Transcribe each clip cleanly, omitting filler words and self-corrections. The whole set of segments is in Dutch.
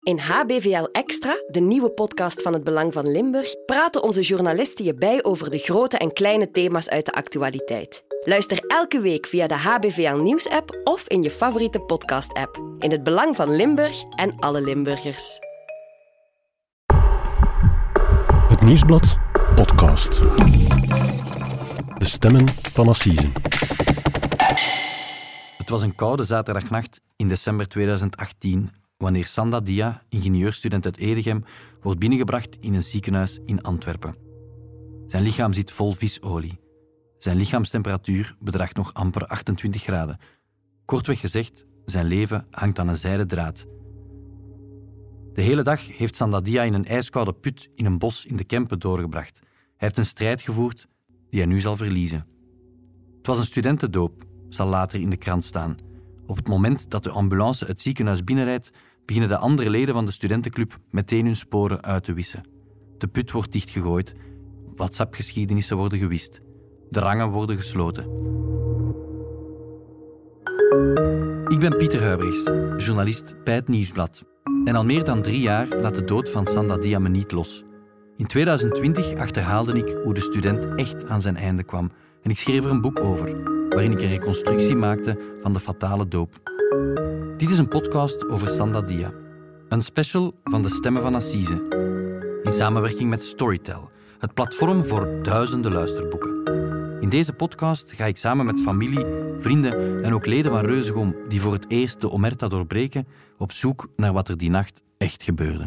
In HBVL Extra, de nieuwe podcast van Het Belang van Limburg, praten onze journalisten je bij over de grote en kleine thema's uit de actualiteit. Luister elke week via de HBVL Nieuws-app of in je favoriete podcast-app. In Het Belang van Limburg en alle Limburgers. Het Nieuwsblad podcast. De stemmen van Assise. Het was een koude zaterdagnacht in december 2018 wanneer Sanda Dia, ingenieurstudent uit Edegem, wordt binnengebracht in een ziekenhuis in Antwerpen. Zijn lichaam zit vol visolie. Zijn lichaamstemperatuur bedraagt nog amper 28 graden. Kortweg gezegd, zijn leven hangt aan een zijden draad. De hele dag heeft Sanda Dia in een ijskoude put in een bos in de Kempen doorgebracht. Hij heeft een strijd gevoerd die hij nu zal verliezen. Het was een studentendoop, zal later in de krant staan. Op het moment dat de ambulance het ziekenhuis binnenrijdt, beginnen de andere leden van de studentenclub meteen hun sporen uit te wissen. De put wordt dichtgegooid, WhatsApp-geschiedenissen worden gewist. De rangen worden gesloten. Ik ben Pieter Huybrechts, journalist bij Het Nieuwsblad. En al meer dan 3 jaar laat de dood van Sanda Dia me niet los. In 2020 achterhaalde ik hoe de student echt aan zijn einde kwam. En ik schreef er een boek over, waarin ik een reconstructie maakte van de fatale doop. Dit is een podcast over Sanda Dia. Een special van de Stemmen van Assise. In samenwerking met Storytel, het platform voor duizenden luisterboeken. In deze podcast ga ik samen met familie, vrienden en ook leden van Reuzegom die voor het eerst de omerta doorbreken, op zoek naar wat er die nacht echt gebeurde.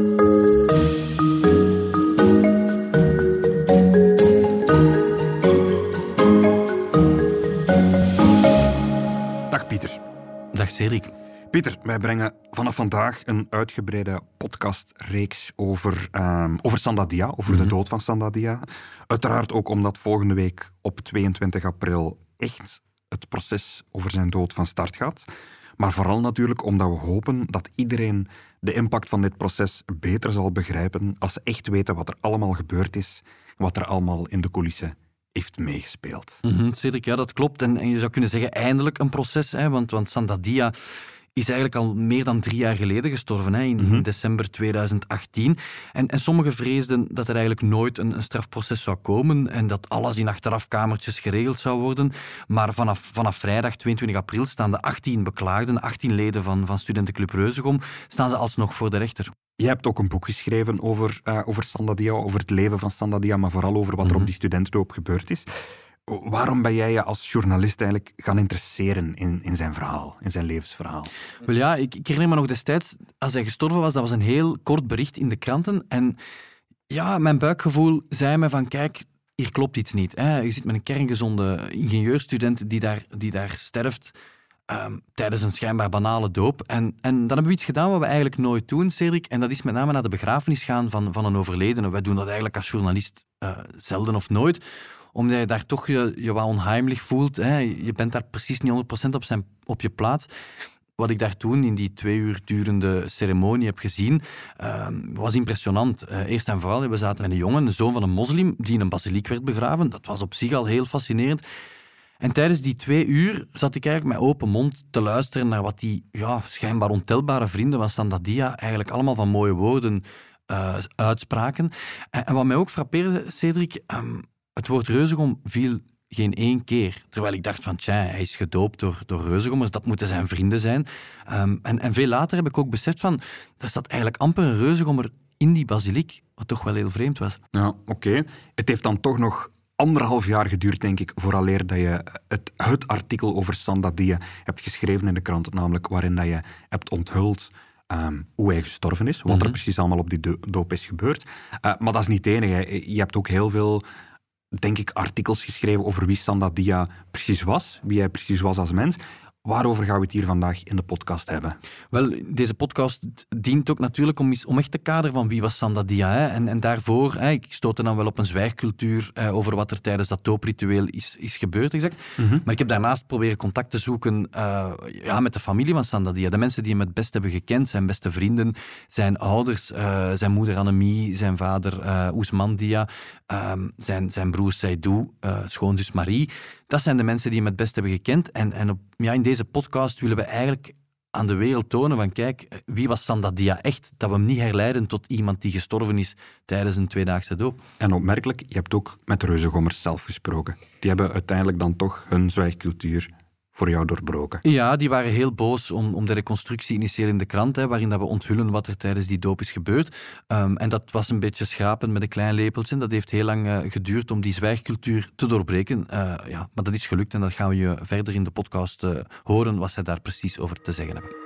Dag Pieter. Dag Cedric. Pieter, wij brengen vanaf vandaag een uitgebreide podcastreeks over Sanda Dia, over de dood van Sanda Dia. Uiteraard ook omdat volgende week op 22 april echt het proces over zijn dood van start gaat. Maar vooral natuurlijk omdat we hopen dat iedereen de impact van dit proces beter zal begrijpen als ze echt weten wat er allemaal gebeurd is en wat er allemaal in de coulissen heeft meegespeeld. Cedric, ja, dat klopt. En je zou kunnen zeggen, eindelijk een proces. Hè, want Sanda Dia is eigenlijk al meer dan 3 jaar geleden gestorven, hè, in december 2018. En sommigen vreesden dat er eigenlijk nooit een strafproces zou komen en dat alles in achterafkamertjes geregeld zou worden. Maar vanaf vrijdag 22 april staan de 18 beklaagden, 18 leden van Studentenclub Reuzegom, staan ze alsnog voor de rechter. Je hebt ook een boek geschreven over Sanda Dia, over het leven van Sanda Dia, maar vooral over wat er op die studentendoop gebeurd is. Waarom ben jij je als journalist eigenlijk gaan interesseren in zijn verhaal, in zijn levensverhaal? Wel ja, ik herinner me nog destijds, als hij gestorven was, dat was een heel kort bericht in de kranten. En ja, mijn buikgevoel zei me van, kijk, hier klopt iets niet. Hè. Je zit met een kerngezonde ingenieurstudent die daar sterft tijdens een schijnbaar banale doop. En dan hebben we iets gedaan wat we eigenlijk nooit doen, Cedric. En dat is met name naar de begrafenis gaan van een overledene. Wij doen dat eigenlijk als journalist zelden of nooit, omdat je daar toch je wat onheimelijk voelt. Hè. Je bent daar precies niet 100% op je plaats. Wat ik daar toen in die 2 uur durende ceremonie heb gezien, was impressionant. Eerst en vooral, we zaten met een jongen, de zoon van een moslim, die in een basiliek werd begraven. Dat was op zich al heel fascinerend. En tijdens die 2 uur zat ik eigenlijk met open mond te luisteren naar wat die schijnbaar ontelbare vrienden van Sanda Dia eigenlijk allemaal van mooie woorden uitspraken. En wat mij ook frappeerde, Cedric, het woord Reuzegom viel geen 1 keer. Terwijl ik dacht van, hij is gedoopt door Reuzegommers, dat moeten zijn vrienden zijn. En veel later heb ik ook beseft van, er zat eigenlijk amper een Reuzegommer in die basiliek, wat toch wel heel vreemd was. Ja, oké. Het heeft dan toch nog 1,5 jaar geduurd, denk ik, vooraleer dat je het artikel over Sanda Dia hebt geschreven in de krant, namelijk waarin dat je hebt onthuld hoe hij gestorven is, wat er precies allemaal op die doop is gebeurd. Maar dat is niet het enige. Je hebt ook heel veel, denk ik, artikels geschreven over wie Sanda Dia precies was, wie hij precies was als mens. Waarover gaan we het hier vandaag in de podcast hebben? Wel, deze podcast dient ook natuurlijk om echt te kaderen van wie was Sanda Dia. Hè? En daarvoor, ik stootte dan wel op een zwijgcultuur over wat er tijdens dat doopritueel is gebeurd, exact. Maar ik heb daarnaast proberen contact te zoeken met de familie van Sanda Dia. De mensen die hem het best hebben gekend, zijn beste vrienden, zijn ouders, zijn moeder Annemie, zijn vader Ousmane Dia, zijn broer Seydou, schoonzus Marie. Dat zijn de mensen die hem het best hebben gekend. En in deze podcast willen we eigenlijk aan de wereld tonen van kijk, wie was Sanda Dia echt? Dat we hem niet herleiden tot iemand die gestorven is tijdens een tweedaagse doop. En opmerkelijk, je hebt ook met de reuzengommers zelf gesproken. Die hebben uiteindelijk dan toch hun zwijgcultuur voor jou doorbroken. Ja, die waren heel boos om de reconstructie initieel in de krant, waarin dat we onthullen wat er tijdens die doop is gebeurd. En dat was een beetje schrapen met een klein lepeltje. Dat heeft heel lang geduurd om die zwijgcultuur te doorbreken. Maar dat is gelukt en dat gaan we je verder in de podcast horen wat zij daar precies over te zeggen hebben.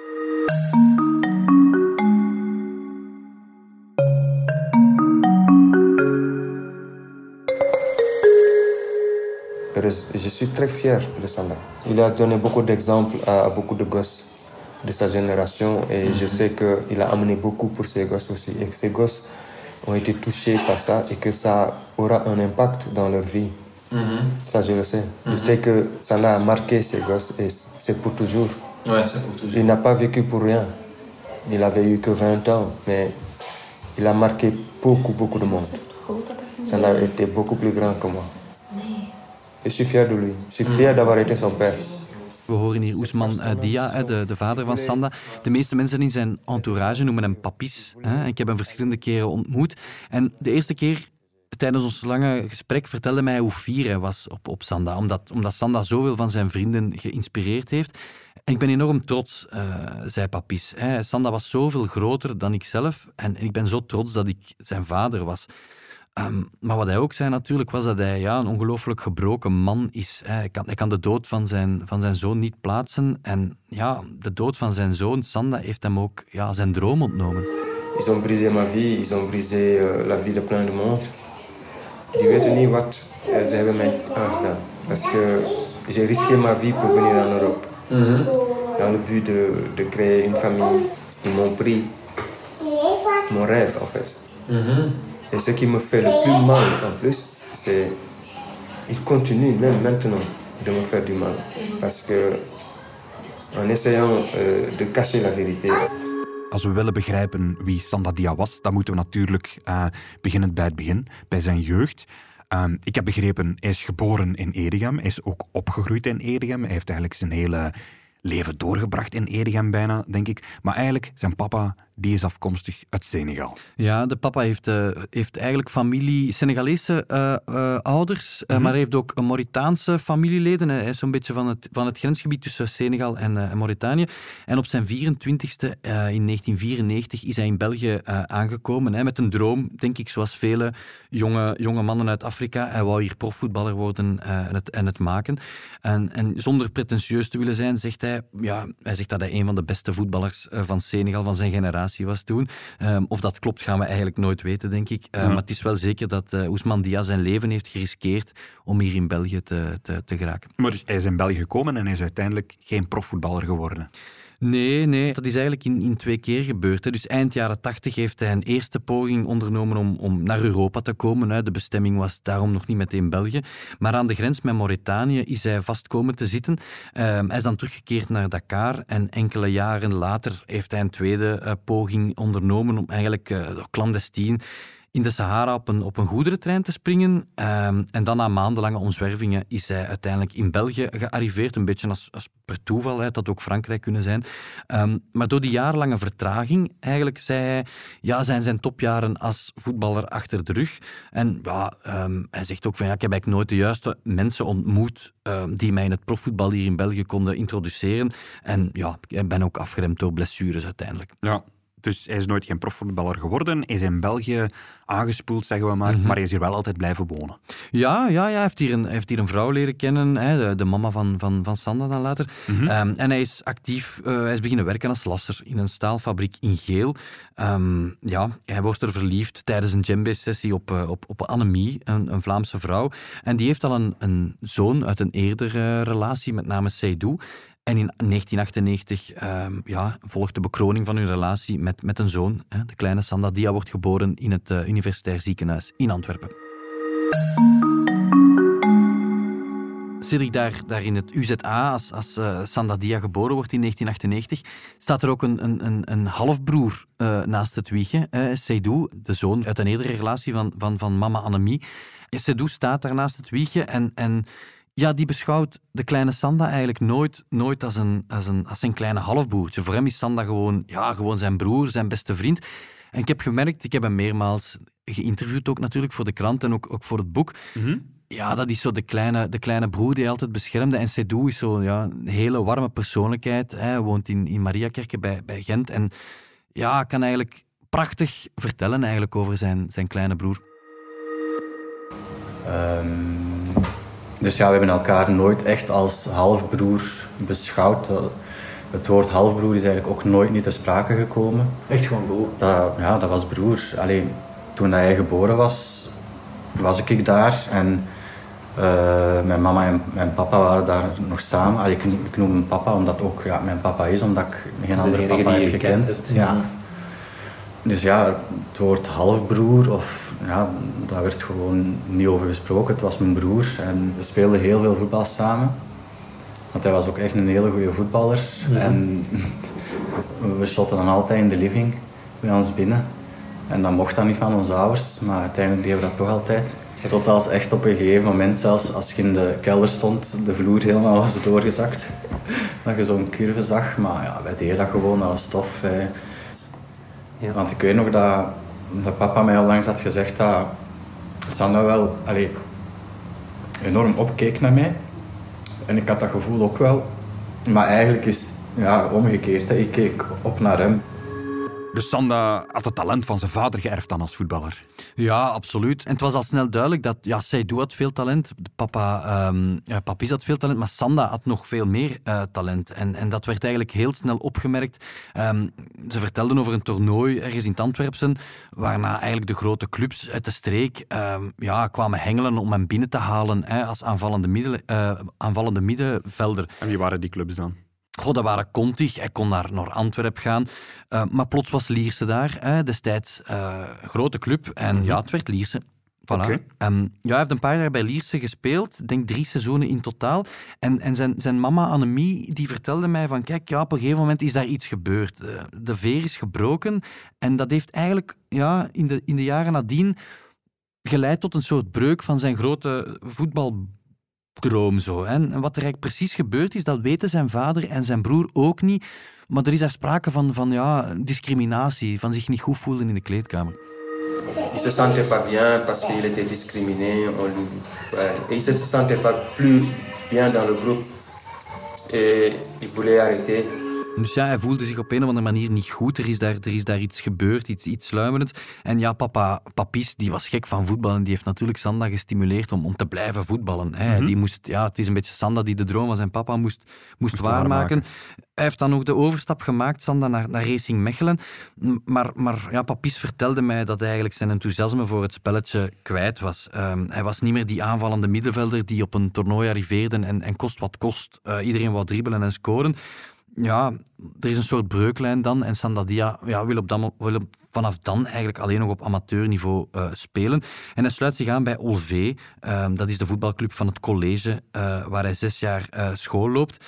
Je suis très fier de Sanda. Il a donné beaucoup d'exemples à beaucoup de gosses de sa génération et je sais qu'il a amené beaucoup pour ses gosses aussi. Et que ces gosses ont été touchés par ça et que ça aura un impact dans leur vie. Ça, je le sais. Je sais que Sanda a marqué ses gosses et c'est pour toujours. Ouais, c'est pour toujours. Il n'a pas vécu pour rien. Il avait eu que 20 ans, mais il a marqué beaucoup de monde. Sanda était beaucoup plus grand que moi. Je suis fier de lui. Je suis fier d'avoir été son père. We horen hier Ousman Dia, de vader van Sanda. De meeste mensen in zijn entourage noemen hem Papis. Ik heb hem verschillende keren ontmoet. En de eerste keer, tijdens ons lange gesprek, vertelde mij hoe fier hij was op Sanda. Omdat Sanda zoveel van zijn vrienden geïnspireerd heeft. En ik ben enorm trots, zei Papis. Sanda was zoveel groter dan ikzelf. En ik ben zo trots dat ik zijn vader was. Maar wat hij ook zei natuurlijk, was dat hij een ongelooflijk gebroken man is. Hij kan de dood van zijn zoon niet plaatsen. En de dood van zijn zoon, Sanda, heeft hem ook zijn droom ontnomen. Ils ont brisé ma vie, ils ont brisé la vie de plein de monde. Die weten niet wat ze hebben mij aangedaan. Parce que j'ai risqué ma vie pour venir en Europe. Dans le but de créer une famille. Ils m'ont pris mon rêve, en fait. Et ce qui me fait le plus mal, en plus, c'est qu'ils continuent, même maintenant, de me faire du mal. Parce que, en essayant de cacher la vérité... Als we willen begrijpen wie Sanda Dia was, dan moeten we natuurlijk beginnen bij het begin, bij zijn jeugd. Ik heb begrepen, hij is geboren in Edegem, hij is ook opgegroeid in Edegem. Hij heeft eigenlijk zijn hele leven doorgebracht in Edegem bijna, denk ik. Maar eigenlijk, zijn papa, die is afkomstig uit Senegal. Ja, de papa heeft eigenlijk Senegalese ouders, maar hij heeft ook Mauritaanse familieleden. Hij is zo'n beetje van het grensgebied tussen Senegal en Mauritanië. En op zijn 24e, in 1994, is hij in België aangekomen. Met een droom, denk ik, zoals vele jonge mannen uit Afrika. Hij wou hier profvoetballer worden en het maken. En zonder pretentieus te willen zijn, zegt hij zegt dat hij een van de beste voetballers van Senegal, van zijn generatie was toen. Of dat klopt, gaan we eigenlijk nooit weten, denk ik. Maar het is wel zeker dat Ousman Dia zijn leven heeft geriskeerd om hier in België te geraken. Maar dus hij is in België gekomen en hij is uiteindelijk geen profvoetballer geworden. Nee, dat is eigenlijk in 2 keer gebeurd. Dus eind jaren 80 heeft hij een eerste poging ondernomen om naar Europa te komen. De bestemming was daarom nog niet meteen België. Maar aan de grens met Mauritanië is hij vast komen te zitten. Hij is dan teruggekeerd naar Dakar en enkele jaren later heeft hij een tweede poging ondernomen om eigenlijk clandestien in de Sahara op een goederentrein te springen. En dan na maandenlange omzwervingen is hij uiteindelijk in België gearriveerd. Een beetje als per toeval, het had ook Frankrijk kunnen zijn. Maar door die jarenlange vertraging, eigenlijk zei hij, zijn topjaren als voetballer achter de rug. En hij zegt ook van, ik heb eigenlijk nooit de juiste mensen ontmoet die mij in het profvoetbal hier in België konden introduceren. En ik ben ook afgeremd door blessures uiteindelijk. Ja. Dus hij is nooit geen profvoetballer geworden. Hij is in België aangespoeld, zeggen we maar. Maar hij is hier wel altijd blijven wonen. Ja, hij heeft hier een vrouw leren kennen. De mama van Sanda dan later. En hij is actief. Hij is beginnen werken als lasser in een staalfabriek in Geel. Hij wordt er verliefd tijdens een djembe-sessie op Annemie, een Vlaamse vrouw. En die heeft al een zoon uit een eerdere relatie, met name Seydou. En in 1998 volgt de bekroning van hun relatie met een zoon. De kleine Sanda Dia wordt geboren in het Universitair Ziekenhuis in Antwerpen. Cedric, daar in het UZA, als Sanda Dia geboren wordt in 1998, staat er ook een halfbroer naast het wiegje. Seydou, de zoon uit een eerdere relatie van mama Annemie. Seydou staat daar naast het wiegje en Ja, die beschouwt de kleine Sanda eigenlijk nooit als zijn kleine halfbroertje. Voor hem is Sanda gewoon zijn broer, zijn beste vriend. En ik heb gemerkt, ik heb hem meermaals geïnterviewd ook natuurlijk voor de krant en ook voor het boek. Mm-hmm. Ja, dat is zo de kleine broer die hij altijd beschermde. En Seydou is zo een hele warme persoonlijkheid. Hij woont in Mariakerke bij Gent. En ja, kan eigenlijk prachtig vertellen eigenlijk over zijn kleine broer. Dus ja, we hebben elkaar nooit echt als halfbroer beschouwd. Het woord halfbroer is eigenlijk ook nooit niet ter sprake gekomen. Echt gewoon broer? Dat was broer. Alleen toen hij geboren was ik daar en mijn mama en mijn papa waren daar nog samen. Ik noem hem papa omdat ook mijn papa is, omdat ik geen andere papa heb gekend. Ja. Dus ja, het woord halfbroer, daar werd gewoon niet over gesproken. Het was mijn broer en we speelden heel veel voetbal samen. Want hij was ook echt een hele goede voetballer. Ja. En we shotten dan altijd in de living bij ons binnen. En dat mocht dan niet van onze ouders, maar uiteindelijk deden we dat toch altijd. Tot als echt op een gegeven moment, zelfs als je in de kelder stond, de vloer helemaal was doorgezakt. Dat je zo'n curve zag, maar ja, wij deden dat gewoon, dat was tof. Ja. Want ik weet nog dat papa mij al langs had gezegd dat Sanda wel enorm opkeek naar mij. En ik had dat gevoel ook wel. Maar eigenlijk is het omgekeerd. Hè. Ik keek op naar hem. Dus Sanda had het talent van zijn vader geërfd dan als voetballer? Ja, absoluut. En het was al snel duidelijk dat Seydou had veel talent, Papis had veel talent, maar Sanda had nog veel meer talent. En dat werd eigenlijk heel snel opgemerkt. Ze vertelden over een toernooi ergens in het Antwerpsen, waarna eigenlijk de grote clubs uit de streek kwamen hengelen om hem binnen te halen als aanvallende middenvelder. En wie waren die clubs dan? Dat waren Contig, hij kon naar Antwerpen gaan. Maar plots was Lierse daar, destijds grote club. En het werd Lierse. Voilà. Okay. Hij heeft een paar jaar bij Lierse gespeeld, denk 3 seizoenen in totaal. En zijn mama Annemie die vertelde mij van kijk, op een gegeven moment is daar iets gebeurd. De veer is gebroken en dat heeft eigenlijk in de jaren nadien geleid tot een soort breuk van zijn grote voetbalbroom. Zo. En wat er eigenlijk precies gebeurd is, dat weten zijn vader en zijn broer ook niet. Maar er is daar sprake van discriminatie, van zich niet goed voelen in de kleedkamer. Il se sentait pas bien parce qu'il était discriminé. Il se sentait pas plus bien dans le groupe. Et il voulait arrêter. Dus hij voelde zich op een of andere manier niet goed. Er is daar iets gebeurd, iets sluimerends. En Papis, die was gek van voetballen. Die heeft natuurlijk Sanda gestimuleerd om te blijven voetballen. Die moest, het is een beetje Sanda die de droom van zijn papa moest waarmaken. Hij heeft dan nog de overstap gemaakt, Sanda, naar Racing Mechelen. Maar Papis vertelde mij dat hij eigenlijk zijn enthousiasme voor het spelletje kwijt was. Hij was niet meer die aanvallende middenvelder die op een toernooi arriveerde en kost wat kost. Iedereen wou dribbelen en scoren. Ja, er is een soort breuklijn dan en Sandadia wil vanaf dan eigenlijk alleen nog op amateurniveau spelen. En hij sluit zich aan bij Olvé, dat is de voetbalclub van het college waar hij 6 jaar school loopt.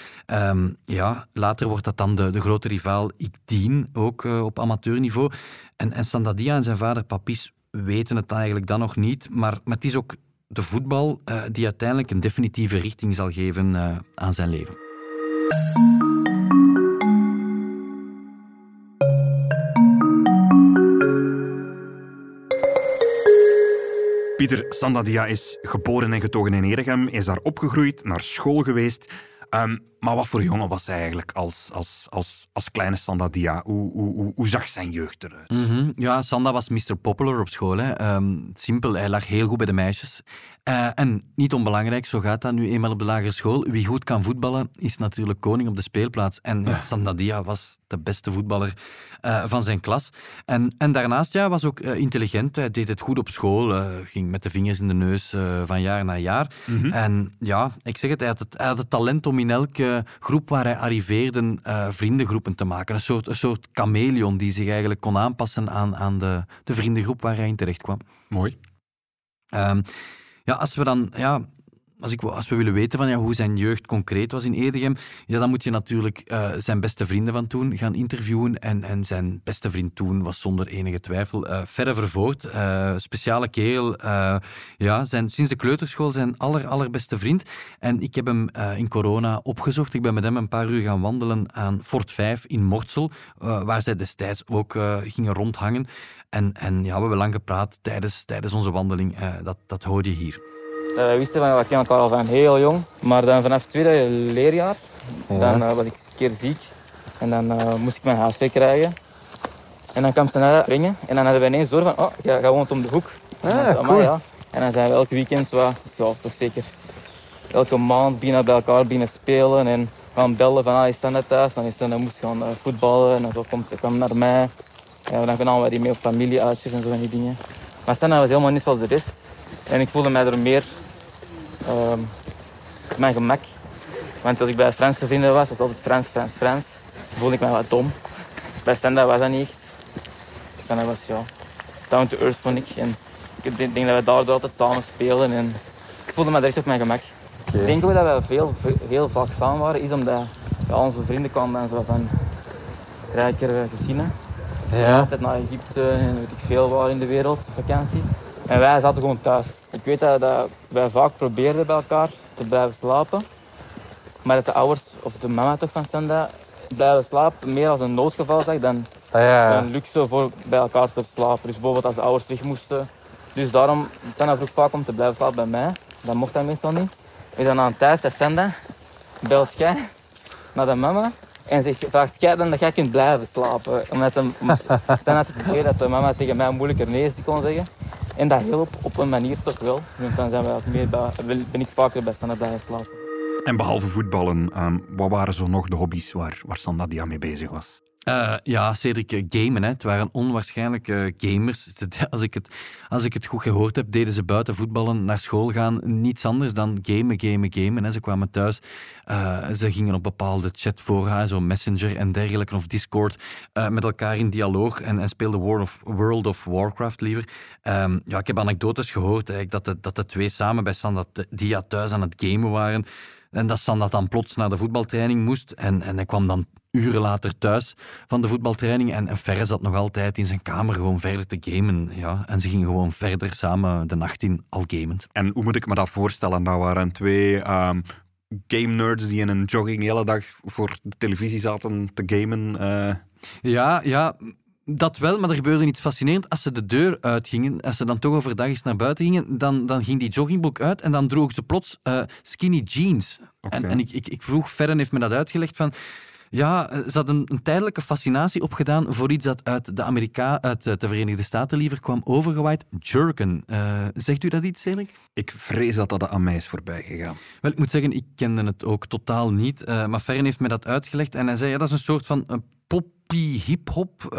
Later wordt dat dan de grote rivaal Ikdien, ook op amateurniveau. En Sandadia en zijn vader Papis weten het eigenlijk dan nog niet, maar het is ook de voetbal die uiteindelijk een definitieve richting zal geven aan zijn leven. Pieter, Sandadia is geboren en getogen in Heregem, is daar opgegroeid, naar school geweest. Maar wat voor jongen was hij eigenlijk als kleine Sandadia? Hoe zag zijn jeugd eruit? Mm-hmm. Ja, Sanda was Mr. Popular op school. Hè. Simpel, hij lag heel goed bij de meisjes. En niet onbelangrijk, zo gaat dat nu eenmaal op de lagere school. Wie goed kan voetballen, is natuurlijk koning op de speelplaats. En Sandadia was de beste voetballer van zijn klas. En daarnaast was ook intelligent. Hij deed het goed op school. Ging met de vingers in de neus van jaar naar jaar. Mm-hmm. En ik zeg het, hij had het talent om in elke groep waar hij arriveerde vriendengroepen te maken. Een soort chameleon die zich eigenlijk kon aanpassen aan de vriendengroep waar hij in terecht kwam. Mooi. Als we dan als we willen weten van hoe zijn jeugd concreet was in Edegem, dan moet je natuurlijk zijn beste vrienden van toen gaan interviewen. En zijn beste vriend toen was zonder enige twijfel Ferre Vervoort. Speciale kerel. Sinds de kleuterschool zijn allerbeste vriend. En ik heb hem in corona opgezocht. Ik ben met hem een paar uur gaan wandelen aan Fort 5 in Mortsel, waar zij destijds ook gingen rondhangen. En we hebben lang gepraat tijdens onze wandeling. Dat hoorde je hier. We wisten van, we kennen elkaar al van heel jong. Maar dan vanaf het tweede leerjaar, dan was ik een keer ziek. En dan moest ik mijn HSV krijgen. En dan kwam ze naar brengen. En dan hadden we ineens door van, jij woont om de hoek. Cool. Ja. En dan zijn we elke weekend, toch zeker elke maand bij elkaar spelen. En gaan bellen van, is Standa thuis? Dan moest je gaan voetballen. En dan zo kwam naar mij. En dan namen wij die mee op familieuitjes en zo van die dingen. Maar Standa was helemaal niet zoals de rest. En ik voelde mij er meer op mijn gemak. Want als ik bij Franse vrienden was altijd Frans, voelde ik mij wat dom. Bij Standa was dat niet echt. Standa was down to earth, vond ik. En ik denk dat we daardoor altijd samen spelen. En ik voelde me direct op mijn gemak. Okay. Ik denk ook dat we heel vaak samen waren, is omdat onze vrienden kwamen dan zo van rijkere gezinnen. Ja. Altijd naar Egypte en weet ik veel waar in de wereld op vakantie. En wij zaten gewoon thuis. Ik weet dat wij vaak probeerden bij elkaar te blijven slapen. Maar dat de ouders, of de mama toch van Standa, blijven slapen meer als een noodgeval zag dan een luxe voor bij elkaar te slapen. Dus bijvoorbeeld als de ouders weg moesten. Dus daarom, Standa vroeg vaak om te blijven slapen bij mij. Dat mocht dat meestal niet. En dan aan thuis, dat Standa, belt jij naar de mama. En vraagt jij dan dat jij kunt blijven slapen. Omdat Standa had het idee dat de mama tegen mij moeilijker nee kon zeggen. En dat hielp op een manier toch wel. Dus dan ben ik vaker bij Standa blijven slapen. En behalve voetballen, wat waren zo nog de hobby's waar Sandadia mee bezig was? Cedric, gamen. Hè. Het waren onwaarschijnlijke gamers. Als ik het goed gehoord heb, deden ze buiten voetballen, naar school gaan, niets anders dan gamen. Hè. Ze kwamen thuis, ze gingen op bepaalde chatfora, zo Messenger en dergelijke, of Discord, met elkaar in dialoog en speelden World of Warcraft liever. Ik heb anekdotes gehoord dat de twee samen bij Sandadia thuis aan het gamen waren. En dat Sanda dan plots naar de voetbaltraining moest. En hij kwam dan uren later thuis van de voetbaltraining. En Ferre zat nog altijd in zijn kamer gewoon verder te gamen. Ja. En ze gingen gewoon verder samen de nacht in, al gamend. En hoe moet ik me dat voorstellen? Dat waren twee game nerds die in een jogging de hele dag voor de televisie zaten te gamen. Ja, dat wel, maar er gebeurde iets fascinerends. Als ze de deur uitgingen, als ze dan toch overdag eens naar buiten gingen, dan ging die joggingbroek uit en dan droegen ze plots skinny jeans. Okay. En ik vroeg, Ferren heeft me dat uitgelegd van... Ja, ze hadden een tijdelijke fascinatie opgedaan voor iets dat uit de Verenigde Staten liever kwam overgewaaid. Jerken. Zegt u dat iets, Cedric? Ik vrees dat aan mij is voorbij gegaan. Wel, ik moet zeggen, ik kende het ook totaal niet. Maar Ferren heeft me dat uitgelegd en hij zei, dat is een soort van poppy hip-hop.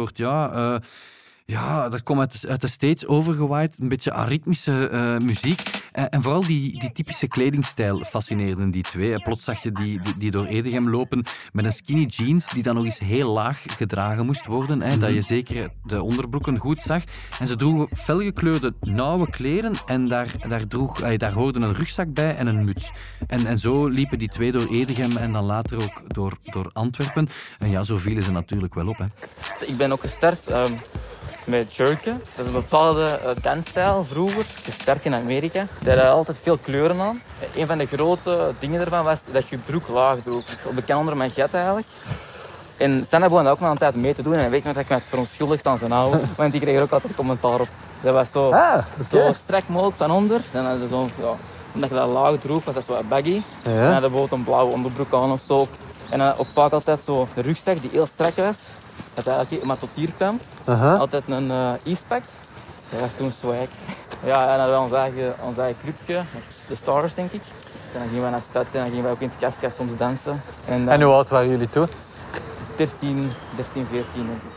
Dat komt uit de States overgewaaid. Een beetje aritmische muziek. En vooral die typische kledingstijl fascineerden die twee. Plots zag je die door Edegem lopen met een skinny jeans die dan nog eens heel laag gedragen moest worden. Dat je zeker de onderbroeken goed zag. En ze droegen felgekleurde, nauwe kleren en daar hoorde een rugzak bij en een muts. En zo liepen die twee door Edegem en dan later ook door Antwerpen. En ja, zo vielen ze natuurlijk wel op. Hè. Ik ben ook gestart... met jerken. Dat is een bepaalde dansstijl vroeger, sterk in Amerika. Daar had altijd veel kleuren aan. Een van de grote dingen ervan was dat je broek laag droeg. Op de kan onder mijn gat eigenlijk. En Standa begon dat ook nog een tijd mee te doen. En ik weet nog dat ik me verontschuldigd aan zijn oude. Want die kreeg er ook altijd commentaar op. Dat was zo strak mogelijk van onder. Dan had je omdat je dat laag droeg, was dat zo baggy. Ja. Dan had je bijvoorbeeld een blauwe onderbroek aan of zo. En dan ook vaak altijd zo de rugzak die heel strak was. Dat eigenlijk maar tot hier kwam. Altijd een Eastpak. Dat was toen swag. Ja, en dan hadden we ons eigen clubje. De Stars, denk ik. En dan gingen we naar de stad en dan gingen we ook in het kaskas soms dansen. En hoe oud waren jullie toen? 13, 14, denk ik.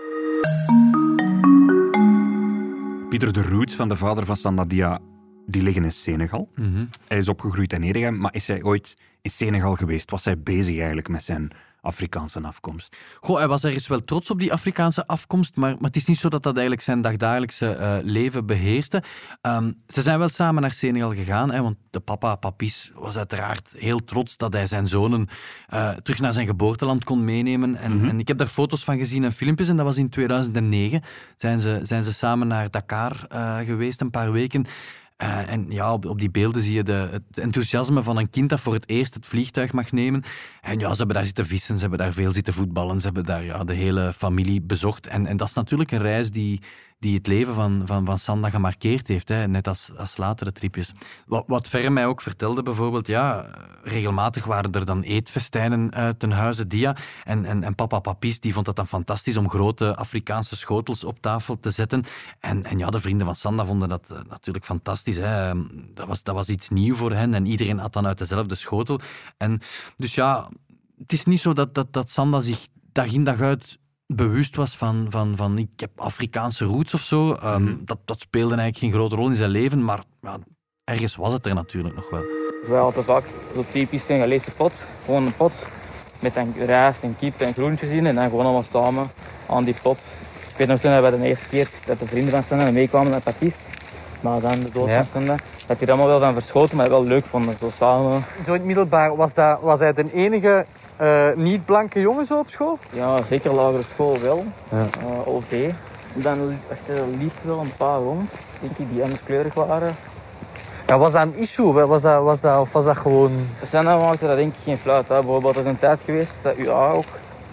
Pieter, de roots van de vader van Sandadia, die liggen in Senegal. Hij is opgegroeid in Edegem, maar is hij ooit in Senegal geweest? Was hij bezig eigenlijk met zijn Afrikaanse afkomst. Goh, hij was ergens wel trots op die Afrikaanse afkomst, maar het is niet zo dat eigenlijk zijn dagdagelijkse leven beheerste. Ze zijn wel samen naar Senegal gegaan, want de Papis was uiteraard heel trots dat hij zijn zonen terug naar zijn geboorteland kon meenemen. En ik heb daar foto's van gezien en filmpjes, en dat was in 2009. Zijn ze samen naar Dakar geweest, een paar weken. En ja, op die beelden zie je het enthousiasme van een kind dat voor het eerst het vliegtuig mag nemen. En ja, ze hebben daar zitten vissen, ze hebben daar veel zitten voetballen, ze hebben daar de hele familie bezocht. En dat is natuurlijk een reis die het leven van Sanda gemarkeerd heeft, hè, net als latere tripjes. Wat Ferre mij ook vertelde bijvoorbeeld, regelmatig waren er dan eetfestijnen ten huize Dia. En papa Papis die vond dat dan fantastisch om grote Afrikaanse schotels op tafel te zetten. En de vrienden van Sanda vonden dat natuurlijk fantastisch. Hè. Dat was iets nieuw voor hen en iedereen at dan uit dezelfde schotel. En dus het is niet zo dat Sanda zich dag in dag uit bewust was van ik heb Afrikaanse roots of zo. Dat speelde eigenlijk geen grote rol in zijn leven, maar ergens was het er natuurlijk nog wel. Wij hadden vaak zo typisch een geleefde pot. Gewoon een pot met een rijst en kip en groentjes in en dan gewoon allemaal samen aan die pot. Ik weet nog toen wij de eerste keer dat de vrienden van Sanda meekwamen naar Papis, maar dan de dood van Sanda, dat die er allemaal wel van verschoten, maar wel leuk vonden, zo samen. Zo in het middelbaar, was hij de enige niet-blanke jongen zo op school? Ja, zeker lagere school wel. Ja. OV. Dan liep wel een paar rond, denk ik, die anderskleurig waren. Ja, was dat een issue? Was dat gewoon... Sanda maakte dat denk ik geen fluit. Hè. Bijvoorbeeld er is een tijd geweest dat UA ook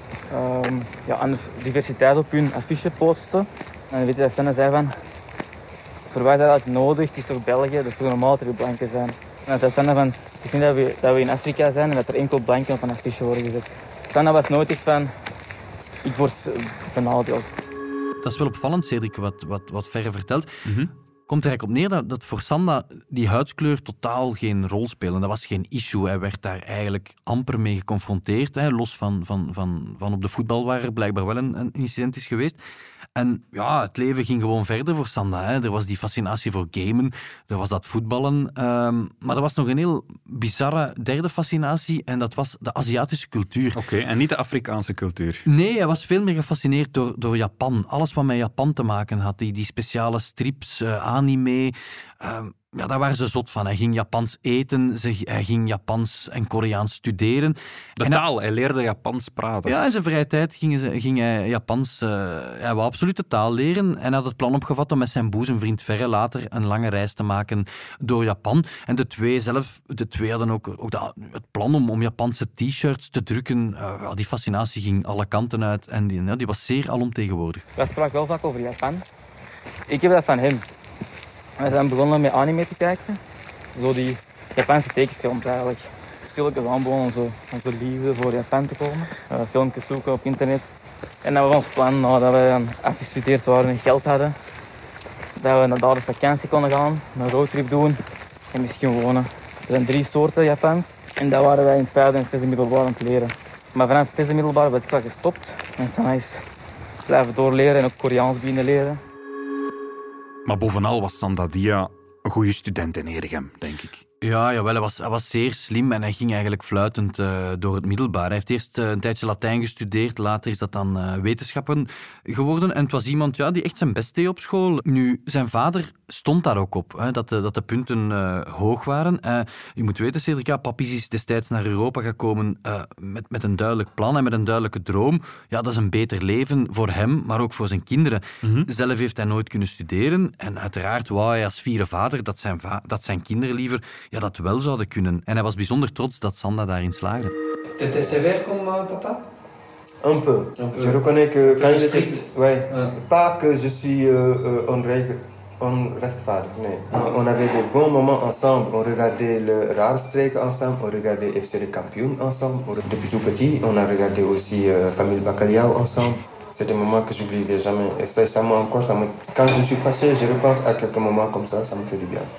diversiteit op hun affiche postte. En dan weet je dat Sanda zei van, voor wij zijn dat nodig, het is toch België, dat is toch normaal dat er blanken zijn. En dan zei Sanda van, ik vind dat we in Afrika zijn en dat er enkel blanken op een affiche worden gezet. Sanda was nooit echt van, ik word benadeeld. Dat is wel opvallend, Cedric, wat Ferre vertelt. Komt er eigenlijk op neer dat voor Sanda die huidskleur totaal geen rol speelde. Dat was geen issue. Hij werd daar eigenlijk amper mee geconfronteerd. Los van op de voetbal waar er blijkbaar wel een incident is geweest. En ja, het leven ging gewoon verder voor Sanda. Er was die fascinatie voor gamen, er was dat voetballen. Maar er was nog een heel bizarre derde fascinatie en dat was de Aziatische cultuur. Oké, en niet de Afrikaanse cultuur? Nee, hij was veel meer gefascineerd door Japan. Alles wat met Japan te maken had. Die speciale strips, anime... daar waren ze zot van. Hij ging Japans eten, hij ging Japans en Koreaans studeren. Hij leerde Japans praten. Ja, in zijn vrije tijd ging hij Japans... hij wou absoluut de taal leren en had het plan opgevat om met zijn boezemvriend Ferre later een lange reis te maken door Japan. En de twee hadden ook het plan om Japanse t-shirts te drukken. Die fascinatie ging alle kanten uit en die was zeer alomtegenwoordig. Wij spraken wel vaak over Japan. Ik heb dat van hem. We zijn begonnen met anime te kijken. Zo die Japanse tekenfilms eigenlijk. Stilletjes aanboden om zo liefde voor Japan te komen. Filmpjes zoeken op internet. En dat was ons plan, nadat we afgestudeerd waren en geld hadden, dat we naar daar op vakantie konden gaan, een roadtrip doen en misschien wonen. Er zijn 3 soorten Japans. En dat waren wij in het 5e en 6e middelbaar aan het leren. Maar vanaf het 6e middelbaar werd ik wel gestopt. En dan is blijven doorleren en ook Koreaans beginnen leren. Maar bovenal was Sanda Dia een goede student in Heerigem, denk ik. Ja, jawel, hij was zeer slim en hij ging eigenlijk fluitend door het middelbaar. Hij heeft eerst een tijdje Latijn gestudeerd, later is dat dan wetenschappen geworden. En het was iemand die echt zijn best deed op school. Nu, zijn vader stond daar ook op, dat de punten hoog waren. Je moet weten, Cedric, Papis is destijds naar Europa gekomen met een duidelijk plan en met een duidelijke droom. Ja, dat is een beter leven voor hem, maar ook voor zijn kinderen. Zelf heeft hij nooit kunnen studeren en uiteraard wou hij als vierde vader dat zijn kinderen liever dat wel zouden kunnen. En hij was bijzonder trots dat Sanda daarin slaagde. T'étais sévère comme papa? Un peu. Je reconnais que quand je suis... Pas que je suis onrechtvaardig, nee. On avait des bons moments ensemble. On regardait le Raarstreken ensemble. On regardait FC de Kampioen ensemble. Depuis tout petit, on a regardé aussi Famille Bacalhau ensemble. C'est des moments que j'oublierai jamais. Et ça encore, quand je suis fâché, je repense à quelques moments comme ça me fait du bien.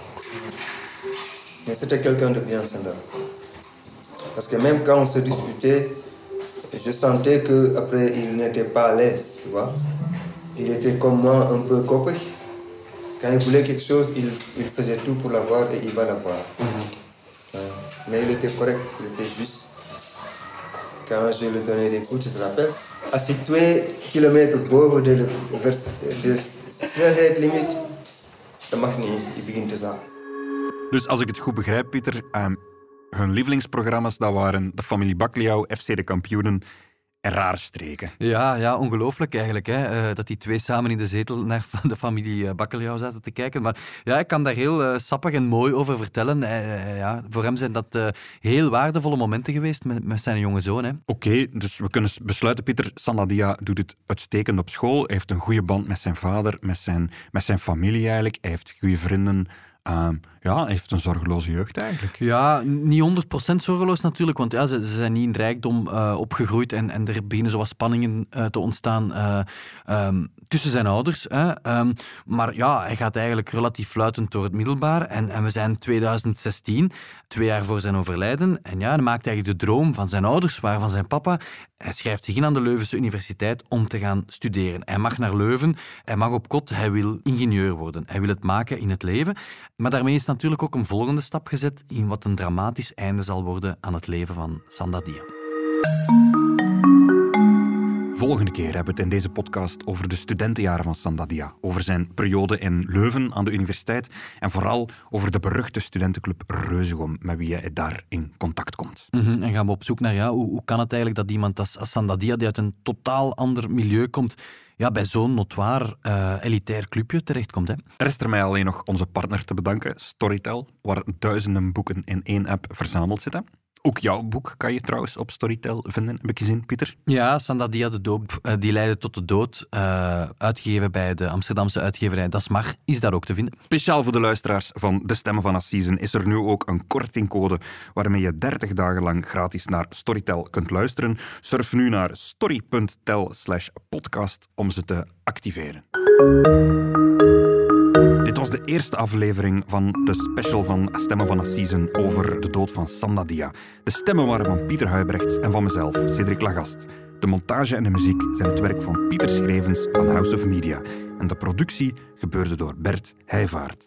Mais c'était quelqu'un de bien, Sanda. Parce que même quand on se disputait, je sentais qu'après, il n'était pas à l'aise, tu vois. Il était comme moi, un peu copieux. Quand il voulait quelque chose, il faisait tout pour l'avoir et il va l'avoir. Mais il était correct, il était juste. quand je lui donnais des coups, tu te rappelles? Als ik 2 kilometer boven de snelheidslimiet, dat mag niet, je begint te zagen. Dus als ik het goed begrijp, Pieter, hun lievelingsprogramma's, dat waren de familie Bacliau, FC de Kampioenen en Rare Streken. Ja, ongelooflijk eigenlijk. Hè? Dat die 2 samen in de zetel naar de familie Bacliau zaten te kijken. Maar ja, ik kan daar heel sappig en mooi over vertellen. Voor hem zijn dat heel waardevolle momenten geweest met zijn jonge zoon. Hè? Oké, dus we kunnen besluiten, Pieter, Sandadia doet het uitstekend op school. Hij heeft een goede band met zijn vader, met zijn familie eigenlijk. Hij heeft goede vrienden. Hij heeft een zorgeloze jeugd eigenlijk. Ja, niet 100% zorgeloos natuurlijk, want ja, ze zijn niet in rijkdom opgegroeid en er beginnen zo wat spanningen te ontstaan tussen zijn ouders. Maar ja, hij gaat eigenlijk relatief fluitend door het middelbaar en we zijn 2016, 2 jaar voor zijn overlijden. En ja, hij maakt eigenlijk de droom van zijn ouders waar, van zijn papa. Hij schrijft zich in aan de Leuvense Universiteit om te gaan studeren. Hij mag naar Leuven, hij mag op kot, hij wil ingenieur worden. Hij wil het maken in het leven. Maar daarmee is natuurlijk ook een volgende stap gezet in wat een dramatisch einde zal worden aan het leven van Sandadia. Volgende keer hebben we het in deze podcast over de studentenjaren van Sandadia, over zijn periode in Leuven aan de universiteit en vooral over de beruchte studentenclub Reuzegom, met wie hij daar in contact komt. En gaan we op zoek naar hoe kan het eigenlijk dat iemand als Sandadia, die uit een totaal ander milieu komt, bij zo'n notoire elitair clubje terechtkomt. Hè? Rest er mij alleen nog onze partner te bedanken, Storytel, waar duizenden boeken in 1 app verzameld zitten. Ook jouw boek kan je trouwens op Storytel vinden, heb ik gezien, Pieter. Ja, Sandadia, de doop, die leidde tot de dood. Uitgegeven bij de Amsterdamse uitgeverij Das Mag, is daar ook te vinden. Speciaal voor de luisteraars van De Stemmen van Assisen is er nu ook een kortingcode waarmee je 30 dagen lang gratis naar Storytel kunt luisteren. Surf nu naar story.tel/podcast om ze te activeren. Dit was de eerste aflevering van de special van Stemmen van Assisen over de dood van Sandadia. De stemmen waren van Pieter Huybrechts en van mezelf, Cédric Lagast. De montage en de muziek zijn het werk van Pieter Schrevens van House of Media. En de productie gebeurde door Bert Heijvaart.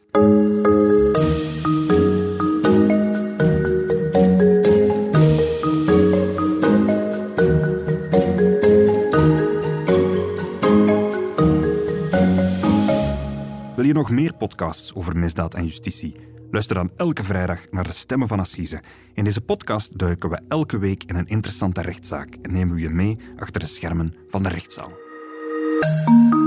Wil je nog meer podcasts over misdaad en justitie? Luister dan elke vrijdag naar de Stemmen van Assise. In deze podcast duiken we elke week in een interessante rechtszaak en nemen we je mee achter de schermen van de rechtszaal.